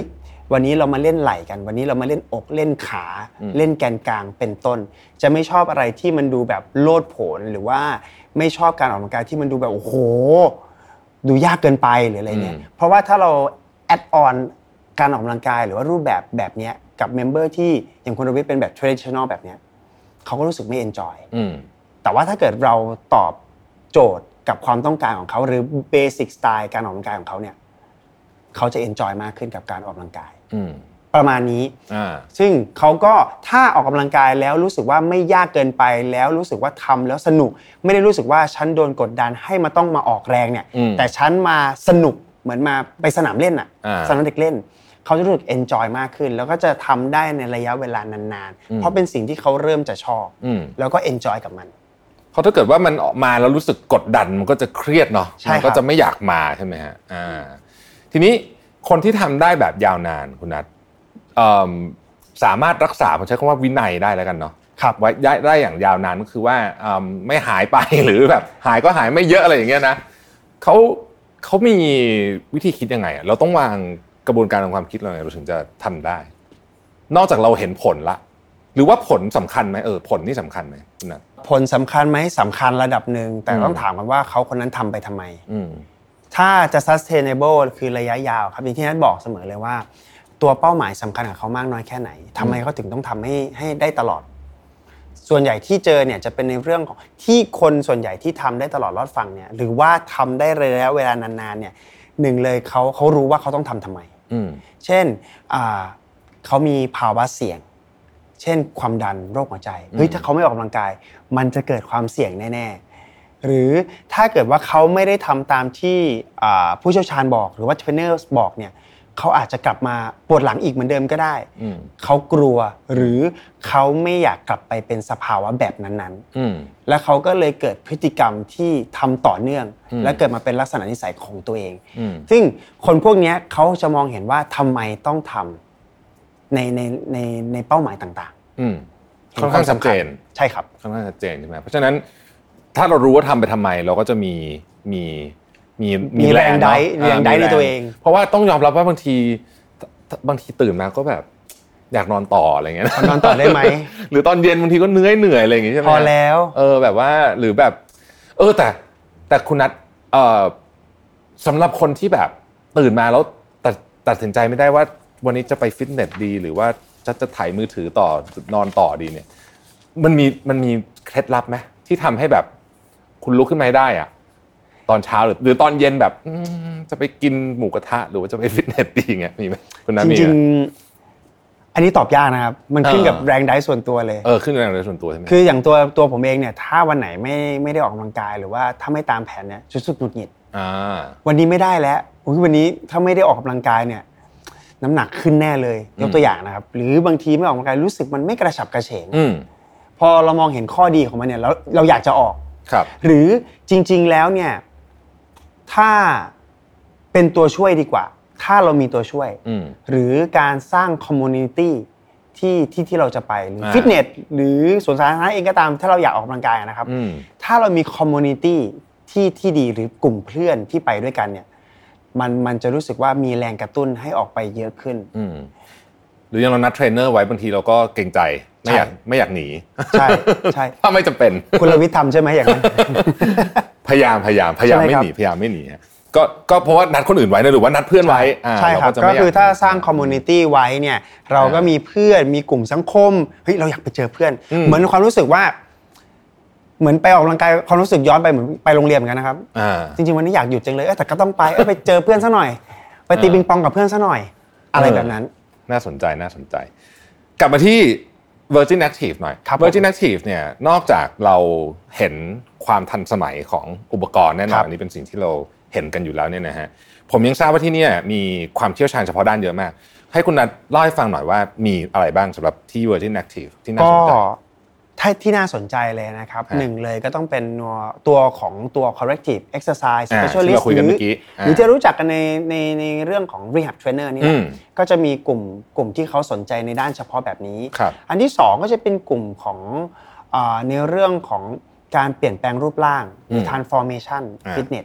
วันนี้เรามาเล่นไหล่กันวันนี้เรามาเล่นอกเล่นขาเล่นแกนกลางเป็นต้นจะไม่ชอบอะไรที่มันดูแบบโลดโผนหรือว่าไม่ชอบการออกกำลังกายที่มันดูแบบโอ้โหดูยากเกินไปหรืออะไรเนี่ยเพราะว่าถ้าเราแอดออนการออกกำลังกายหรือว่ารูปแบบนี้กับเมมเบอร์ที่อย่างคุณรวิทย์เป็นแบบ traditional แบบเนี้ยเขาก็รู้สึกไม่ enjoy แต่ว่าถ้าเกิดเราตอบโจทย์กับความต้องการของเขาหรือ basic style การออกกำลังกายของเขาเนี่ยเขาจะ enjoy มากขึ้นกับการออกกำลังกายประมาณนี้ซึ่งเขาก็ถ้าออกกำลังกายแล้วรู้สึกว่าไม่ยากเกินไปแล้วรู้สึกว่าทำแล้วสนุกไม่ได้รู้สึกว่าฉันโดนกดดันให้มาต้องมาออกแรงเนี่ยแต่ฉันมาสนุกเหมือนมาไปสนามเล่นสนามเด็กเล่นเขาจะรู้สึก enjoy มากขึ้นแล้วก็จะทำได้ในระยะเวลานานๆเพราะเป็นสิ่งที่เขาเริ่มจะชอบแล้วก็ enjoy กับมันเพราะถ้าเกิดว่ามันออกมาแล้วรู้สึกกดดันมันก็จะเครียดเนาะมันก็จะไม่อยากมาใช่ไหมฮะทีนี้คนที่ทำได้แบบยาวนานคุณนัทสามารถรักษาผมใช้คำว่าวินัยได้แล้วกันเนาะไว้ได้อย่างยาวนานก็คือว่าไม่หายไปหรือแบบหายก็หายไม่เยอะอะไรอย่างเงี้ยนะเขามีวิธีคิดยังไงเราต้องวางกระบวนการทางความคิดเราถึงจะทำได้นอกจากเราเห็นผลละหรือว่าผลสำคัญไหมผลนี่สำคัญไหมนะผลสำคัญไหมสำคัญระดับหนึ่งแต่ต้องถามกันว่าเขาคนนั้นทำไปทำไมถ้าจะ sustainable คือระยะยาวครับอย่างที่นัทบอกเสมอเลยว่าตัวเป้าหมายสำคัญกับเขามากน้อยแค่ไหนทำไมเขาถึงต้องทำให้ได้ตลอดส่วนใหญ่ที่เจอเนี่ยจะเป็นในเรื่องของที่คนส่วนใหญ่ที่ทำได้ตลอดรอดฟังเนี่ยหรือว่าทำได้ระยะเวลานานๆเนี่ยหนึ่งเลยเขารู้ว่าเขาต้องทำไมเช่นเขามีภาวะเสี่ยงเช่นความดันโรคหัวใจถ้าเขาไม่ออกกำลังกายมันจะเกิดความเสี่ยงแน่ๆหรือถ้าเกิดว่าเขาไม่ได้ทำตามที่ผู้เชี่ยวชาญบอกหรือว่าเทรนเนอร์บอกเนี่ยเขาอาจจะกลับมาปวดหลังอีกเหมือนเดิมก็ได้เขากลัวหรือเขาไม่อยากกลับไปเป็นสภาวะแบบนั้นๆและเขาก็เลยเกิดพฤติกรรมที่ทำต่อเนื่องและเกิดมาเป็นลักษณะนิสัยของตัวเองซึ่งคนพวกนี้เขาจะมองเห็นว่าทำไมต้องทำในเป้าหมายต่างๆค่อนข้างชัดเจนใช่ครับค่อนข้างชัดเจนใช่ไหมเพราะฉะนั้นถ้าเรารู้ว่าทำไปทำไมเราก็จะมีแรงได้ในตัวเองเพราะว่าต้องยอมรับว่าบางทีตื่นมาก็แบบอยากนอนต่ออะไรเงี้ยนอนต่อได้ไหมหรือตอนเย็นบางทีก็เหนื่อยอะไรอย่างงี้ใช่ไหมพอแล้วแบบว่าหรือแบบแต่คุณนัทสำหรับคนที่แบบตื่นมาแล้วตัดสินใจไม่ได้ว่าวันนี้จะไปฟิตเนสดีหรือว่าจะถ่ายมือถือต่อนอนต่อดีเนี่ยมันมีเคล็ดลับไหมที่ทำให้แบบคุณลุกขึ้นมาได้อะตอนเช้าหรือตอนเย็นแบบจะไปกินหมูกระทะหรือว่าจะไปฟิตเนสดีเงี้ยมีไหมคุณน้ามีจริงๆอันนี้ตอบยากนะครับมันขึ้นกับแรงดันส่วนตัวเลยขึ้นกับแรงดันส่วนตัวใช่ไหมคืออย่างตัวผมเองเนี่ยถ้าวันไหนไม่ได้ออกกำลังกายหรือว่าถ้าไม่ตามแผนเนี่ยสุดๆหงุดหงิดวันนี้ไม่ได้แล้ววันนี้ถ้าไม่ได้ออกกำลังกายเนี่ยน้ำหนักขึ้นแน่เลยยกตัวอย่างนะครับหรือบางทีไม่ออกกำลังกายรู้สึกมันไม่กระฉับกระเฉงพอเรามองเห็นข้อดีของมันเนี่ยเราอยากจะออกหรือจริงๆแล้วเนี่ยถ้าเป็นตัวช่วยดีกว่าถ้าเรามีตัวช่วยหรือการสร้างคอมมูนิตี้ที่เราจะไปหรือฟิตเนสหรือสวนสาธารณะเองก็ตามถ้าเราอยากออกกำลังกายนะครับถ้าเรามีคอมมูนิตี้ที่ดีหรือกลุ่มเพื่อนที่ไปด้วยกันเนี่ยมันจะรู้สึกว่ามีแรงกระตุ้นให้ออกไปเยอะขึ้นหรืออย่างเรานัดเทรนเนอร์ไว้บางทีเราก็เกรงใจไม่อยากหนีใช่ถ้าไม่จำเป็นคุณรวิทย์ทำใช่ไหมอย่างนั้นพยายามไม่หนีก็เพราะว่านัดคนอื่นไว้นะหรือว่านัดเพื่อนไว้ใช่ครับก็คือถ้าสร้างคอมมูนิตี้ไว้เนี่ยเราก็มีเพื่อนมีกลุ่มสังคมเราอยากไปเจอเพื่อนเหมือนความรู้สึกว่าเหมือนไปออกกำลังกายความรู้สึกย้อนไปเหมือนไปโรงเรียนเหมือนกันนะครับจริงๆวันนี้อยากหยุดจังเลยแต่ก็ต้องไปเจอเพื่อนซะหน่อยไปตีปิงปองกับเพื่อนซะหน่อยอะไรแบบนั้นน่าสนใจกลับมาที่ Virgin Active หน่อย Virgin Active เนี่ยนอกจากเราเห็นความทันสมัยของอุปกรณ์แน่นอนอันนี้เป็นสิ่งที่เราเห็นกันอยู่แล้วเนี่ยนะฮะผมยังทราบว่าที่นี่มีความเชี่ยวชาญเฉพาะด้านเยอะมากให้คุณนัทเล่าให้ฟังหน่อยว่ามีอะไรบ้างสำหรับที่ Virgin Active ที่น่าสนใจที่น่าสนใจเลยนะครับหนึ่งเลยก็ต้องเป็นตัวของตัว corrective exercise specialist หรือจะรู้จักกันในเรื่องของ rehab trainer นี่แหละก็จะมีกลุ่มที่เขาสนใจในด้านเฉพาะแบบนี้อันที่สองก็จะเป็นกลุ่มของในเรื่องของการเปลี่ยนแปลงรูปร่างหรือ transformation fitness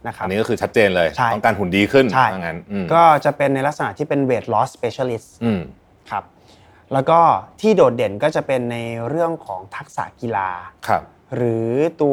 นะครับอันนี้ก็คือชัดเจนเลยต้องการหุ่นดีขึ้นว่างั้นก็จะเป็นในลักษณะที่เป็น weight loss specialist ครับแล้วก็ที่โดดเด่นก็จะเป็นในเรื่องของทักษะกีฬาหรือตัว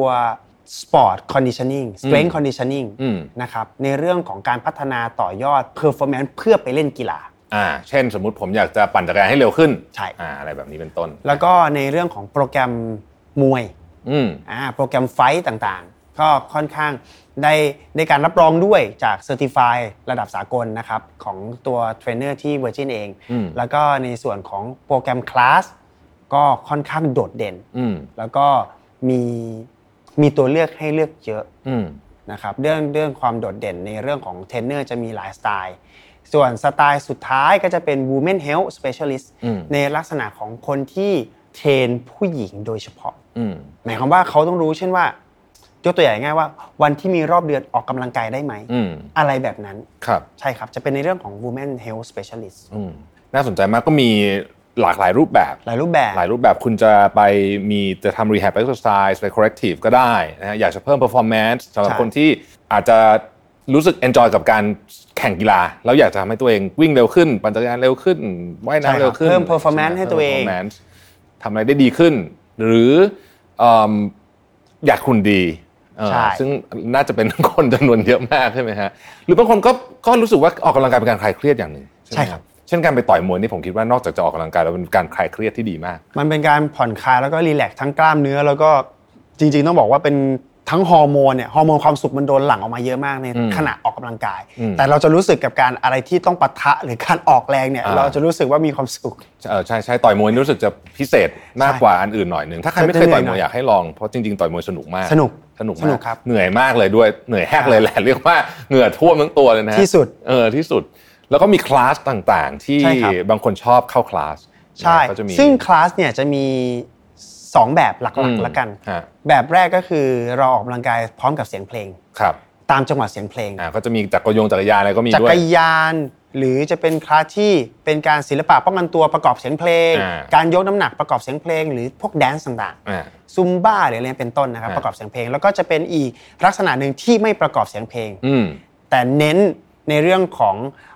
sport conditioning strength conditioning นะครับในเรื่องของการพัฒนาต่อยอด performance เพื่อไปเล่นกีฬาเช่นสมมุติผมอยากจะปั่นจักรยานให้เร็วขึ้นใช่อะไรแบบนี้เป็นต้นแล้วก็ในเรื่องของโปรแกรมมวยโปรแกรมไฟท์ต่างๆก็ค่อนข้างได้การรับรองด้วยจาก Certify ระดับสากลนะครับของตัวเทรนเนอร์ที่ Virgin เองแล้วก็ในส่วนของโปรแกรมคลาสก็ค่อนข้างโดดเด่นแล้วก็มีตัวเลือกให้เลือกเยอะนะครับเรื่องความโดดเด่นในเรื่องของเทรนเนอร์จะมีหลายสไตล์ส่วนสไตล์สุดท้ายก็จะเป็น Women Health Specialist ในลักษณะของคนที่เทรนผู้หญิงโดยเฉพาะหมายความว่าเขาต้องรู้เช่นว่ายกตัวอย่างง่ายว่าวันที่มีรอบเดือนออกกำลังกายได้ไหมอะไรแบบนั้นใช่ครับจะเป็นในเรื่องของ Women Health Specialist น่าสนใจมากก็มีหลากหลายรูปแบบคุณจะทำ rehab exercise ไป corrective ก็ได้นะอยากจะเพิ่ม performance สำหรับคนที่อาจจะรู้สึก enjoy กับการแข่งกีฬาแล้วอยากจะทำให้ตัวเองวิ่งเร็วขึ้นปั่นจักรยานเร็วขึ้นว่ายน้ำเร็วขึ้นเพิ่ม performance ให้ตัวเองทำอะไรได้ดีขึ้นหรืออยากหุ่นดีซึ่งน่าจะเป็นคนจำนวนเยอะมากใช่ไหมฮะหรือบางคนก็รู้สึกว่าออกกำลังกายเป็นการคลายเครียดอย่างหนึ่งใช่ครับเช่นการไปต่อยมวยนี่ผมคิดว่านอกจากจะออกกำลังกายแล้วเป็นการคลายเครียดที่ดีมากมันเป็นการผ่อนคลายแล้วก็รีแลกซ์ทั้งกล้ามเนื้อแล้วก็จริงๆต้องบอกว่าเป็นทั้งฮอร์โมนเนี่ยฮอร์โมนความสุขมันโดนหลั่งออกมาเยอะมากในขณะออกกำลังกายแต่เราจะรู้สึกกับการอะไรที่ต้องปะทะหรือการออกแรงเนี่ยเราจะรู้สึกว่ามีความสุขใช่ต่อยมวยรู้สึกจะพิเศษมากกว่าอันอื่นหน่อยนึงถ้าใครไม่เคยต่อยมวยอยากให้ลองเพราะจริงๆต่อยมวยสนุกมากสนุกมากเหนื่อยมากเลยด้วยเหนื่อยแฮกเลยแหละเรียกว่าเหงื่อท่วมทั้งตัวเลยนะที่สุดที่สุดแล้วก็มีคลาสต่างๆที่บางคนชอบเข้าคลาสใช่ซึ่งคลาสเนี่ยจะมี2แบบหลักๆแล้วกันแบบแรกก็คือเราออกกำลังกายพร้อมกับเสียงเพลงตามจังหวะเสียงเพลงก็จะมีจักรยานอะไรก็มีด้วยจักรยานหรือจะเป็นคลาสที่เป็นการศิลปะป้องกันตัวประกอบเสียงเพลงการยกน้ำหนักประกอบเสียงเพลงหรือพวกแดนซ์ต่างๆซุมบ้าหรืออะไรเป็นต้นนะครับประกอบเสียงเพลงแล้วก็จะเป็นอีกลักษณะหนึ่งที่ไม่ประกอบเสียงเพลงแต่เน้นในเรื่องของ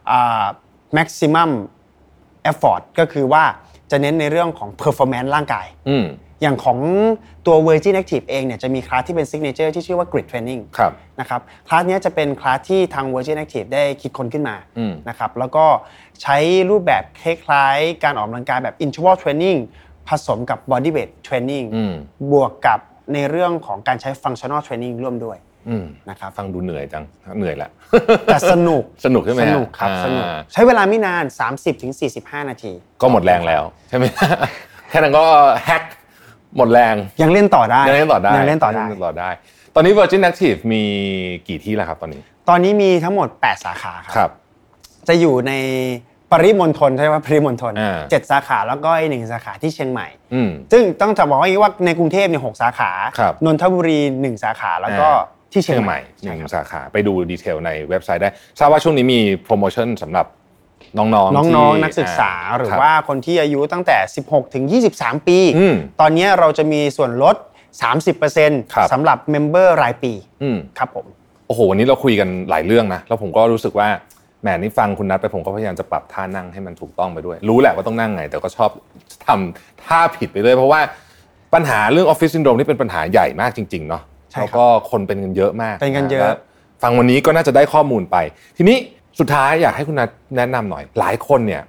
maximum effort ก็คือว่าจะเน้นในเรื่องของ performance ร่างกายอย่างของตัว Virgin Active เองเนี่ยจะมีคลาสที่เป็น signature ที่ชื่อว่า grid training นะครับคลาสนี้จะเป็นคลาสที่ทาง Virgin Active ได้คิดค้นขึ้นมานะครับแล้วก็ใช้รูปแบบคล้ายๆการออกกำลังกายแบบ interval training ผสมกับ body weight training บวกกับในเรื่องของการใช้ functional training ร่วมด้วยนะครับฟังดูเหนื่อยจังเหนื่อยละแต่สนุกใช่ไหมสนุกครับสนุกใช้เวลาไม่นาน 30-45 นาทีก็หมดแรงแล้วใช่ไหมแค่นั้นก็แฮกหมดแรงยังเล่นต่อได้ตอนนี้ Virgin Active มีกี่ที่แล้วครับตอนนี้มีทั้งหมด8สาขาครับจะอยู่ในปริมณฑลใช่ไหมปริมณฑล7สาขาแล้วก็อีก1สาขาที่เชียงใหม่ซึ่งต้องจะบอกว่าในกรุงเทพเนี่ย6สาขานนทบุรี1สาขาแล้วก็ที่เชียงใหม่ 1สาขาไปดูดีเทลในเว็บไซต์ได้ทราบว่าช่วงนี้มีโปรโมชั่นสำหรับน้องนักศึกษาหรือว่าคนที่อายุตั้งแต่16ถึง23ปีตอนนี้เราจะมีส่วนลด 30% สำหรับเมมเบอร์รายปีครับผมโอ้โหวันนี้เราคุยกันหลายเรื่องนะแล้วผมก็รู้สึกว่าแหมนี่ฟังคุณนัทไปผมก็พยายามจะปรับท่านั่งให้มันถูกต้องไปด้วยรู้แหละว่าต้องนั่งไงแต่ก็ชอบทำท่าผิดไปด้วยเพราะว่าปัญหาเรื่องออฟฟิศซินโดรมนี่เป็นปัญหาใหญ่มากจริงๆเนาะแล้วก็คนเป็นกันเยอะมากเป็นกันเยอะฟังวันนี้ก็น่าจะได้ข้อมูลไปทีนี้สุดท้ายอยากให้คุณนัทแนะนำหน่อยหลายคนเนี่ย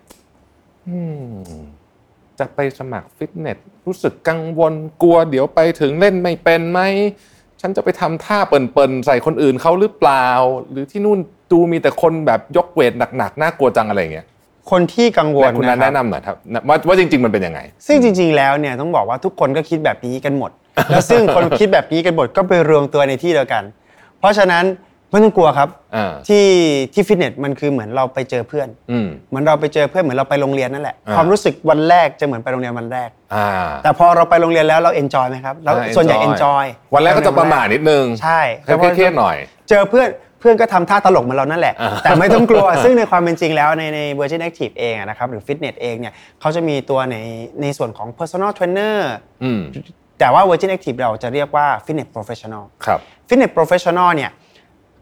จะไปสมัครฟิตเนสรู้สึกกังวลกลัวเดี๋ยวไปถึงเล่นไม่เป็นไหมฉันจะไปทำท่าเปิ่นๆใส่คนอื่นเขาหรือเปล่าหรือที่นู่นดูมีแต่คนแบบยกเวทหนักๆน่ากลัวจังอะไรอย่างเงี้ยคนที่กังวลคุณนัทแนะนำหน่อยครับว่าจริงๆมันเป็นยังไงซึ่งจริงๆแล้วเนี่ยต้องบอกว่าทุกคนก็คิดแบบนี้กันหมดแล้วซึ่งคนคิดแบบนี้กันหมดก็ไปรวมตัวในที่เดียวกันเพราะฉะนั้นไม่ต้องกลัวครับที่ฟิตเนสมันคือเหมือนเราไปเจอเพื่อนเหมือนเราไปเจอเพื่อนเหมือนเราไปโรงเรียนนั่นแหละความรู้สึกวันแรกจะเหมือนไปโรงเรียนวันแรกแต่พอเราไปโรงเรียนแล้วเราเอนจอยไหมครับแล้วส่วนใหญ่เอนจอยวันแรกก็จะประมาทนิดนึงใช่เครียดหน่อยเจอเพื่อนก็ทำท่าตลกเหมือนเรานั่นแหละแต่ไม่ต้องกลัวซึ่งในความเป็นจริงแล้วใน Virgin Active เองนะครับหรือฟิตเนสเองเนี่ยเขาจะมีตัวในส่วนของ personal trainer แต่ว่า Virgin Active เราจะเรียกว่า fitness professional ครับ fitness professional เนี่ย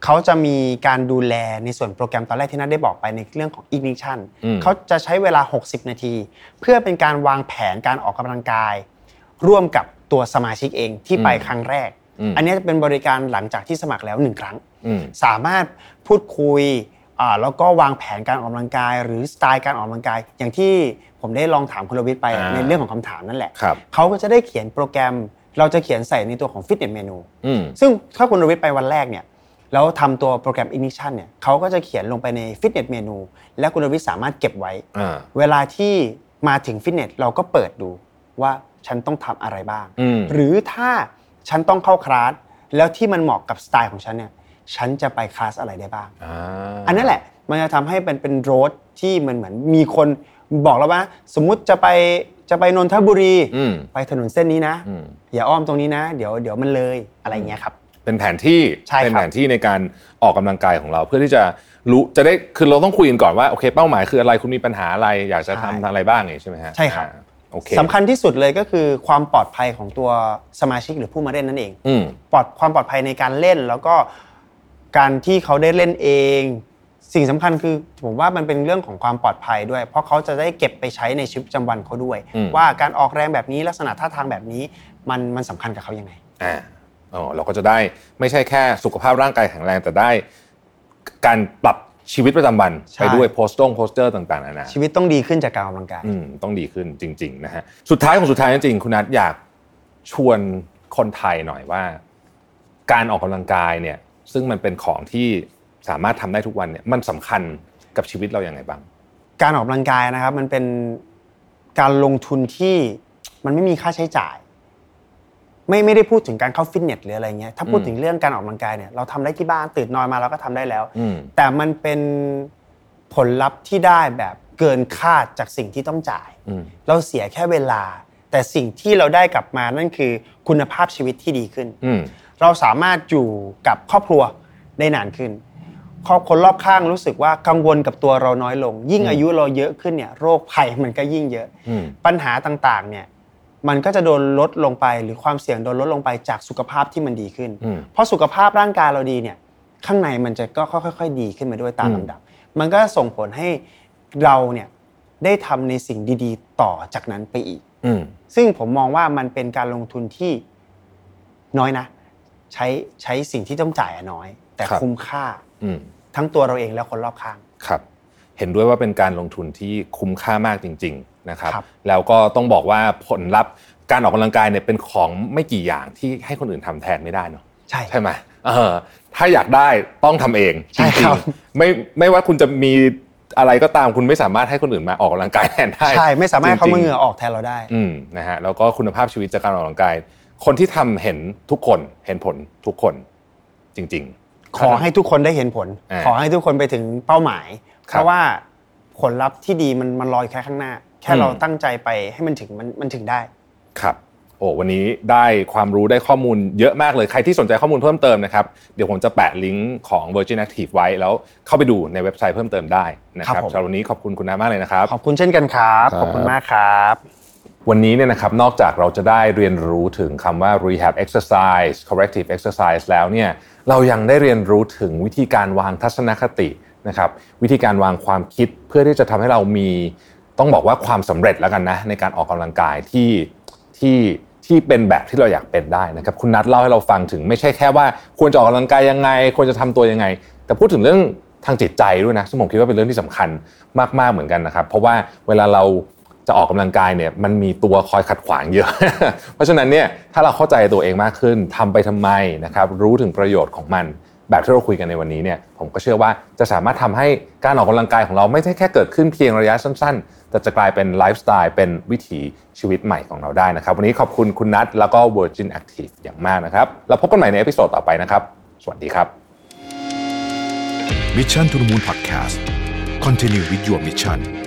เขาจะมีการดูแลในส่วนโปรแกรมตอนแรกที่นัทได้บอกไปในเรื่องของ ignition เขาจะใช้เวลา60นาทีเพื่อเป็นการวางแผนการออกกำลังกายร่วมกับตัวสมาชิกเองที่ไปครั้งแรกอันนี้จะเป็นบริการหลังจากที่สมัครแล้ว1ครั้งสามารถพูดคุยแล้วก็วางแผนการออกกำลังกายหรือสไตล์การออกกำลังกายอย่างที่ผมได้ลองถามคุณรวิทย์ไปในเรื่องของคำถามนั่นแหละเขาก็จะได้เขียนโปรแกรมเราจะเขียนใส่ในตัวของ Fitness Menu ซึ่งถ้าคุณรวิทย์ไปวันแรกเนี่ยแล้วทำตัวโปรแกรม Ignition เนี่ยเขาก็จะเขียนลงไปใน Fitness Menu และคุณรวิทย์สามารถเก็บไว้เวลาที่มาถึงฟิตเนสเราก็เปิดดูว่าฉันต้องทำอะไรบ้างหรือถ้าฉันต้องเข้าคลาสแล้วที่มันเหมาะกับสไตล์ของฉันเนี่ยฉันจะไปคลาสอะไรได้บ้างอันนั้นแหละมันจะทำให้เป็นโรดที่มันเหมือนมีคนบอกเราว่าสมมุติจะไปนนทบุรีไปถนนเส้นนี้นะอย่าอ้อมตรงนี้นะเดี๋ยวมันเลยอะไรเงี้ยครับเป็นแผนที่ในการออกกำลังกายของเราเพื่อที่จะรู้จะได้คือเราต้องคุยกันก่อนว่าโอเคเป้าหมายคืออะไรคุณมีปัญหาอะไรอยากจะทำอะไรบ้างใช่ไหมฮะใช่ครับสำคัญที่สุดเลยก็คือความปลอดภัยของตัวสมาชิกหรือผู้มาเล่นนั่นเองความปลอดภัยในการเล่นแล้วก็การที่เขาได้เล่นเองสิ่งสำคัญคือผมว่ามันเป็นเรื่องของความปลอดภัยด้วยเพราะเขาจะได้เก็บไปใช้ในชีวิตประจำวันเขาด้วยว่าการออกแรงแบบนี้ลักษณะท่าทางแบบนี้มันสำคัญกับเขายังไงเราก็จะได้ไม่ใช่แค่สุขภาพร่างกายแข็งแรงแต่ได้การปรับชีวิตประจำวันไปด้วยโพสเจอร์ต่างๆนะชีวิตต้องดีขึ้นจากการออกกำลังกายต้องดีขึ้นจริงๆนะฮะสุดท้ายจริงๆคุณนัทอยากชวนคนไทยหน่อยว่าการออกกำลังกายเนี่ยซึ่งมันเป็นของที่สามารถทำได้ทุกวันเนี่ยมันสำคัญกับชีวิตเราอย่างไรบ้างการออกกำลังกายนะครับมันเป็นการลงทุนที่มันไม่มีค่าใช้จ่ายไม่ได้พูดถึงการเข้าฟิตเนสหรืออะไรเงี้ยถ้าพูดถึงเรื่องการออกกำลังกายเนี่ยเราทำได้ที่บ้านตื่นนอนมาเราก็ทำได้แล้วแต่มันเป็นผลลัพธ์ที่ได้แบบเกินคาดจากสิ่งที่ต้องจ่ายเราเสียแค่เวลาแต่สิ่งที่เราได้กลับมานั่นคือคุณภาพชีวิตที่ดีขึ้นเราสามารถอยู่กับครอบครัวได้นานขึ้นคนรอบข้างรู้สึกว่ากังวลกับตัวเราน้อยลงยิ่งอายุเราเยอะขึ้นเนี่ยโรคภัยมันก็ยิ่งเยอะปัญหาต่างๆเนี่ยมันก็จะโดนลดลงไปหรือความเสี่ยงโดนลดลงไปจากสุขภาพที่มันดีขึ้นเพราะสุขภาพร่างกายเราดีเนี่ยข้างในมันจะก็ค่อยๆดีขึ้นมาด้วยตามลำดับมันก็ส่งผลให้เราเนี่ยได้ทำในสิ่งดีๆต่อจากนั้นไปอีกซึ่งผมมองว่ามันเป็นการลงทุนที่น้อยนะใช้สิ่งที่ต้องจ่ายน้อยแต่คุ้มค่าทั้งตัวเราเองและคนรอบข้างครับเห็นด้วยว่าเป็นการลงทุนที่คุ้มค่ามากจริงๆนะครับแล้วก็ต้องบอกว่าผลลัพธ์การออกกำลังกายเนี่ยเป็นของไม่กี่อย่างที่ให้คนอื่นทำแทนไม่ได้เนาะใช่ไหมถ้าอยากได้ต้องทำเองจริงๆไม่ว่าคุณจะมีอะไรก็ตามคุณไม่สามารถให้คนอื่นมาออกกำลังกายแทนได้ใช่ไม่สามารถเขาเหงื่อออกแทนเราได้นะฮะแล้วก็คุณภาพชีวิตจากการออกกำลังกายคนที่ทำเห็นทุกคนเห็นผลทุกคนจริงๆขอให้ทุกคนได้เห็นผลขอให้ทุกคนไปถึงเป้าหมายเพราะว่าผลลัพธ์ที่ดีมันรออยู่แค่ข้างหน้าแค่เราตั้งใจไปให้มันถึงได้ครับโอ้วันนี้ได้ความรู้ได้ข้อมูลเยอะมากเลยใครที่สนใจข้อมูลเพิ่มเติมนะครับเดี๋ยวผมจะแปะลิงก์ของ Virgin Active ไว้แล้วเข้าไปดูในเว็บไซต์เพิ่มเติมได้นะครับสำหรับวันนี้ขอบคุณคุณน้ามากเลยนะครับขอบคุณเช่นกันครับขอบคุณมากครับวันนี้เนี่ยนะครับนอกจากเราจะได้เรียนรู้ถึงคำว่า rehab exercise corrective exercise แล้วเนี่ยเรายังได้เรียนรู้ถึงวิธีการวางทัศนคตินะครับวิธีการวางความคิดเพื่อที่จะทำให้เรามีต้องบอกว่าความสำเร็จแล้วกันนะในการออกกำลังกายที่เป็นแบบที่เราอยากเป็นได้นะครับคุณนัทเล่าให้เราฟังถึงไม่ใช่แค่ว่าควรจะออกกำลังกายยังไงควรจะทำตัวยังไงแต่พูดถึงเรื่องทางจิตใจด้วยนะซึ่งผมคิดว่าเป็นเรื่องที่สำคัญมากๆเหมือนกันนะครับเพราะว่าเวลาเราจะออกกำลังกายเนี่ยมันมีตัวคอยขัดขวางเยอะ เพราะฉะนั้นเนี่ยถ้าเราเข้าใจตัวเองมากขึ้นทำไปทำไมนะครับรู้ถึงประโยชน์ของมันแบบที่เราคุยกันในวันนี้เนี่ยผมก็เชื่อว่าจะสามารถทำให้การออกกำลังกายของเราไม่ใช่แค่เกิดขึ้นเพียงระยะสั้นๆแต่จะกลายเป็นไลฟ์สไตล์เป็นวิถีชีวิตใหม่ของเราได้นะครับวันนี้ขอบคุณคุณนัทแล้วก็ Virgin Active อย่างมากนะครับแล้วพบกันใหม่ในเอพิโซดต่อไปนะครับสวัสดีครับ Mission to the Moon Podcast Continue with your mission